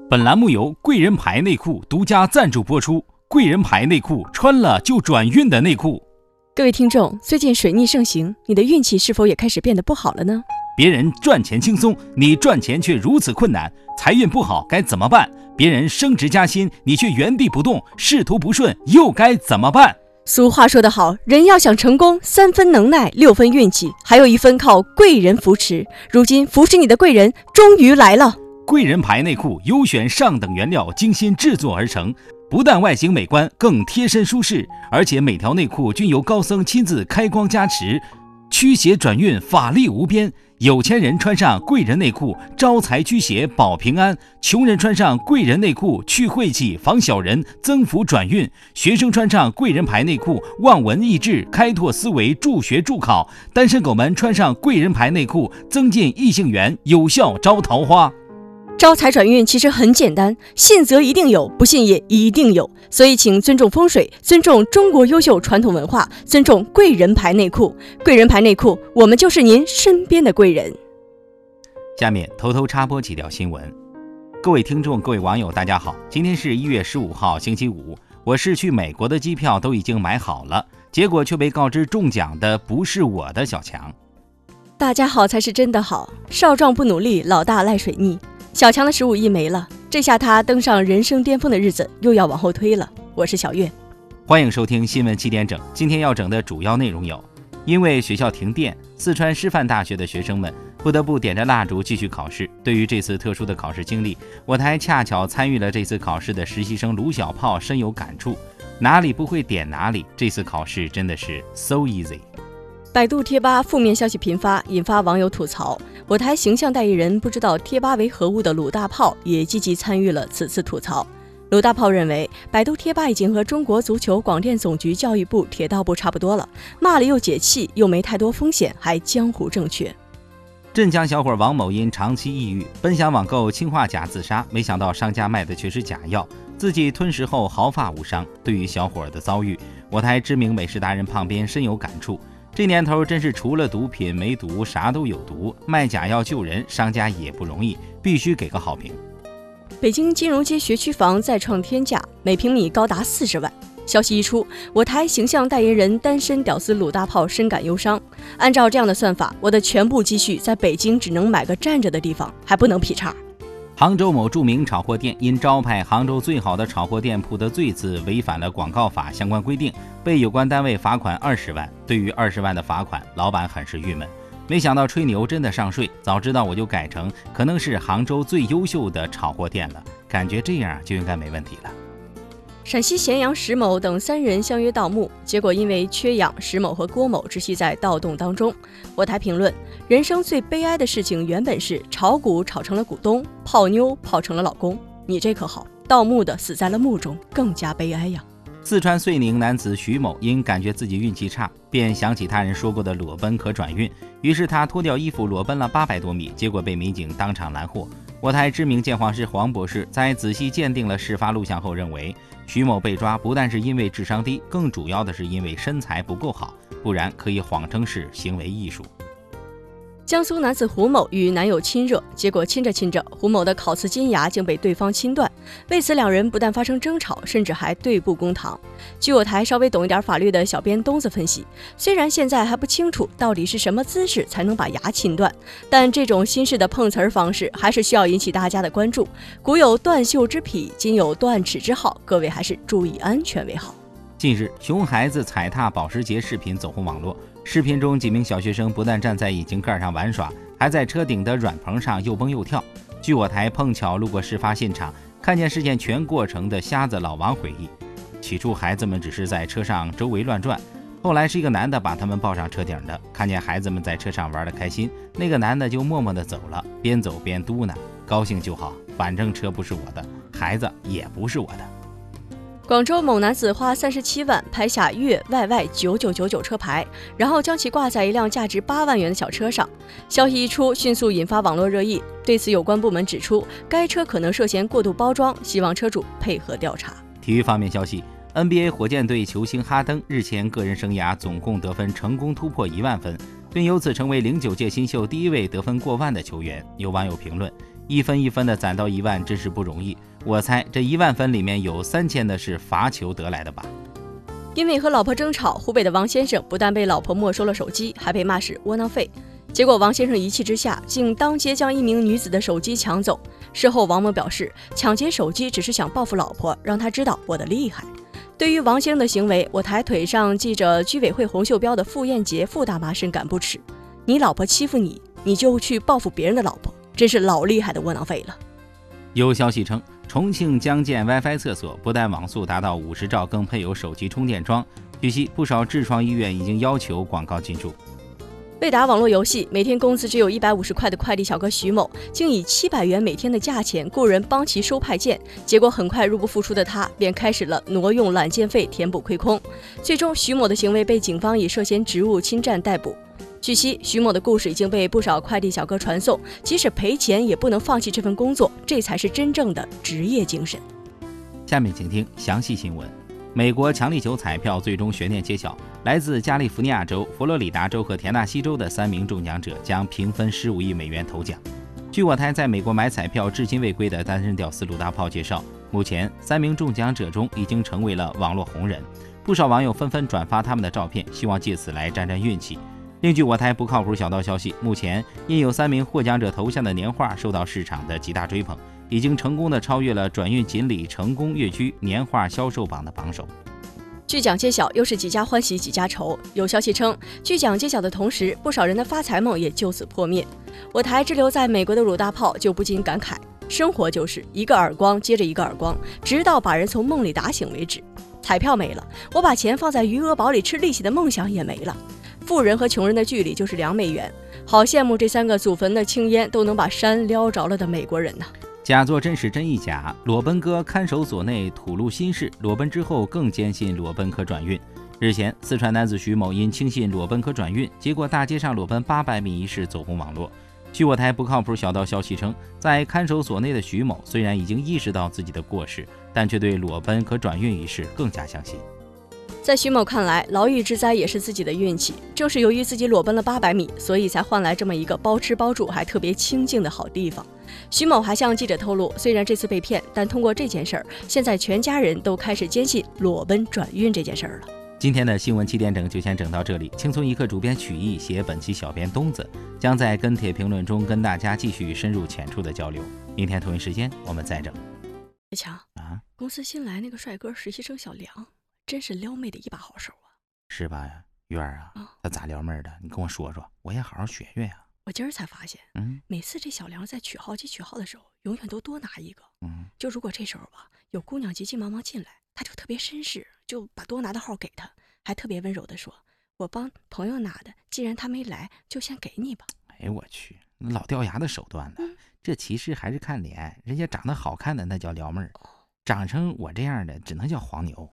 本栏目由贵人牌内裤独家赞助播出。贵人牌内裤，穿了就转运的内裤。 各位听众，最近水逆盛行，你的运气是否也开始变得不好了呢？ 别人赚钱轻松，你赚钱却如此困难，财运不好该怎么办？别人升职加薪，你却原地不动，仕途不顺又该怎么办？ 俗话说得好，人要想成功，3分能耐，6分运气，还有1分靠贵人扶持。如今扶持你的贵人终于来了。 贵人牌内裤优选上等原料，精心制作而成，不但外形美观，更贴身舒适，而且每条内裤均由高僧亲自开光加持，驱邪转运，法力无边。有钱人穿上贵人内裤，招财驱邪保平安；穷人穿上贵人内裤，去晦气防小人，增福转运；学生穿上贵人牌内裤，望闻益智，开拓思维，助学助考；单身狗们穿上贵人牌内裤，增进异性缘，有效招桃花。 招财转运其实很简单，信则一定有，不信也一定有。所以请尊重风水，尊重中国优秀传统文化，尊重贵人牌内裤。贵人牌内裤，我们就是您身边的贵人。 下面偷偷插播几条新闻。各位听众，各位网友，大家好，今天是1月15号星期五，我是去美国的机票都已经买好了，结果却被告知中奖的不是我的小强。 大家好才是真的好，少壮不努力，老大赖水逆。小强的15亿没了，这下他登上人生巅峰的日子又要往后推了。我是小月， 欢迎收听新闻7点整。今天要整的主要内容有：因为学校停电，四川师范大学的学生们不得不点着蜡烛继续考试。对于这次特殊的考试经历，我台恰巧参与了这次考试的实习生卢小炮深有感触，哪里不会点哪里，这次考试真的是 so easy。 百度贴吧负面消息频发，引发网友吐槽。我台形象代言人不知道贴吧为何物的鲁大炮也积极参与了此次吐槽。鲁大炮认为，百度贴吧已经和中国足球广电总局、教育部、铁道部差不多了，骂了又解气，又没太多风险，还江湖正确。 镇江小伙王某因长期抑郁，本想网购氰化钾自杀，没想到商家卖的却是假药，自己吞食后毫发无伤。对于小伙的遭遇，我台知名美食达人胖边深有感触。这年头真是除了毒品没毒，啥都有毒，卖假药救人，商家也不容易，必须给个好评。 北京金融街学区房再创天价，每平米高达40万。消息一出，我台形象代言人单身屌丝鲁大炮深感忧伤。按照这样的算法，我的全部积蓄在北京只能买个站着的地方，还不能劈叉。 杭州某著名炒货店因招牌杭州最好的炒货店铺的罪字违反了广告法相关规定，被有关单位罚款20万。对于20万的罚款，老板很是郁闷，没想到吹牛真的上税，早知道我就改成可能是杭州最优秀的炒货店了，感觉这样就应该没问题了。 陕西咸阳石某等3人相约盗墓，结果因为缺氧，石某和郭某窒息在盗洞当中。我台评论：人生最悲哀的事情原本是炒股炒成了股东，泡妞泡成了老公。你这可好，盗墓的死在了墓中，更加悲哀呀。 四川遂宁男子徐某因感觉自己运气差，便想起他人说过的裸奔可转运，于是他脱掉衣服裸奔了800多米，结果被民警当场拦获。我台知名鉴黄师黄博士在仔细鉴定了事发录像后认为，徐某被抓不但是因为智商低，更主要的是因为身材不够好，不然可以谎称是行为艺术。 江苏男子胡某与男友亲热，结果亲着亲着，胡某的烤瓷金牙竟被对方亲断，为此两人不但发生争吵，甚至还对簿公堂。据我台稍微懂一点法律的小编东子分析，虽然现在还不清楚到底是什么姿势才能把牙亲断，但这种新式的碰瓷儿方式还是需要引起大家的关注。古有断袖之癖，今有断齿之好，各位还是注意安全为好。 近日，熊孩子踩踏保时捷视频走红网络。视频中，几名小学生不但站在引擎盖上玩耍，还在车顶的软棚上又蹦又跳。据我台碰巧路过事发现场，看见事件全过程的瞎子老王回忆，起初孩子们只是在车上周围乱转，后来是一个男的把他们抱上车顶的，看见孩子们在车上玩得开心，那个男的就默默地走了，边走边嘟囔：高兴就好，反正车不是我的，孩子也不是我的。 广州某男子花37万拍下粤 YY9999 车牌，然后将其挂在一辆价值8万元的小车上。消息一出，迅速引发网络热议。对此，有关部门指出，该车可能涉嫌过度包装，希望车主配合调查。 体育方面消息， NBA 火箭队球星哈登日前个人生涯总共得分成功突破1万分，并由此成为09届新秀第1位得分过万的球员。有网友评论， 一分一分的攒到1万真是不容易。我猜这1万分里面有3000的是罚球得来的吧。 因为和老婆争吵，湖北的王先生不但被老婆没收了手机，还被骂是窝囊废。结果王先生一气之下，竟当街将一名女子的手机抢走。事后王某表示，抢劫手机只是想报复老婆，让她知道我的厉害。对于王先生的行为，我台腿上系着居委会红袖标的傅艳杰傅大妈深感不耻。你老婆欺负你，你就去报复别人的老婆，真是老厉害的窝囊废了。 有消息称，重庆将建 WiFi 厕所，不但网速达到50兆，更配有手机充电桩。据悉，不少痔疮医院已经要求广告进驻。 为打网络游戏，每天工资只有150块的快递小哥徐某，竟以700元每天的价钱雇人帮其收派件，结果很快入不敷出的他便开始了挪用揽件费填补亏空。最终，徐某的行为被警方以涉嫌职务侵占逮捕。据悉，徐某的故事已经被不少快递小哥传颂，即使赔钱也不能放弃这份工作，这才是真正的职业精神。 下面请听详细新闻。美国强力球彩票最终悬念揭晓，来自加利福尼亚州、佛罗里达州和田纳西州的3名中奖者将平分15亿美元头奖。据我台在美国买彩票至今未归的单身屌丝鲁大炮介绍，目前3名中奖者中已经成为了网络红人，不少网友纷纷转发他们的照片，希望借此来沾沾运气。另据我台不靠谱小道消息，目前印有3名获奖者头像的年画受到市场的极大追捧，已经成功的超越了转运锦鲤成功跃居年画销售榜的榜首。 据奖揭晓，又是几家欢喜几家愁。有消息称，据奖揭晓的同时，不少人的发财梦也就此破灭。我台滞留在美国的鲁大炮就不禁感慨，生活就是一个耳光接着一个耳光，直到把人从梦里打醒为止。彩票没了，我把钱放在余额宝里吃利息的梦想也没了。富人和穷人的距离就是2美元，好羡慕这3个祖坟的青烟都能把山撩着了的美国人呐。 假作真是真亦假，裸奔哥看守所内吐露心事，裸奔之后更坚信裸奔可转运。日前，四川男子徐某因轻信裸奔可转运，结果大街上裸奔800米一事走红网络。据我台不靠谱小道消息称，在看守所内的徐某虽然已经意识到自己的过失，但却对裸奔可转运一事更加相信。 在徐某看来，牢狱之灾也是自己的运气，正是由于自己裸奔了800米，所以才换来这么一个包吃包住还特别清静的好地方。徐某还向记者透露，虽然这次被骗，但通过这件事儿，现在全家人都开始坚信裸奔转运这件事儿了。 今天的新闻7点整就先整到这里，轻松一刻主编曲艺，写本期小编东子，将在跟帖评论中跟大家继续深入浅出的交流。明天同一时间我们再整。 小强啊，公司新来那个帅哥实习生小梁，真是撩妹的一把好手啊。 是吧呀，月儿啊，他咋撩妹的？你跟我说说，我也好好学学呀。 我今儿才发现，每次这小梁在取号机取号的时候，永远都多拿一个。就如果这时候吧，有姑娘急急忙忙进来，他就特别绅士，就把多拿的号给他，还特别温柔的说：“我帮朋友拿的，既然他没来，就先给你吧。” 哎我去，老掉牙的手段了。这其实还是看脸，人家长得好看的那叫撩妹儿，长成我这样的只能叫黄牛。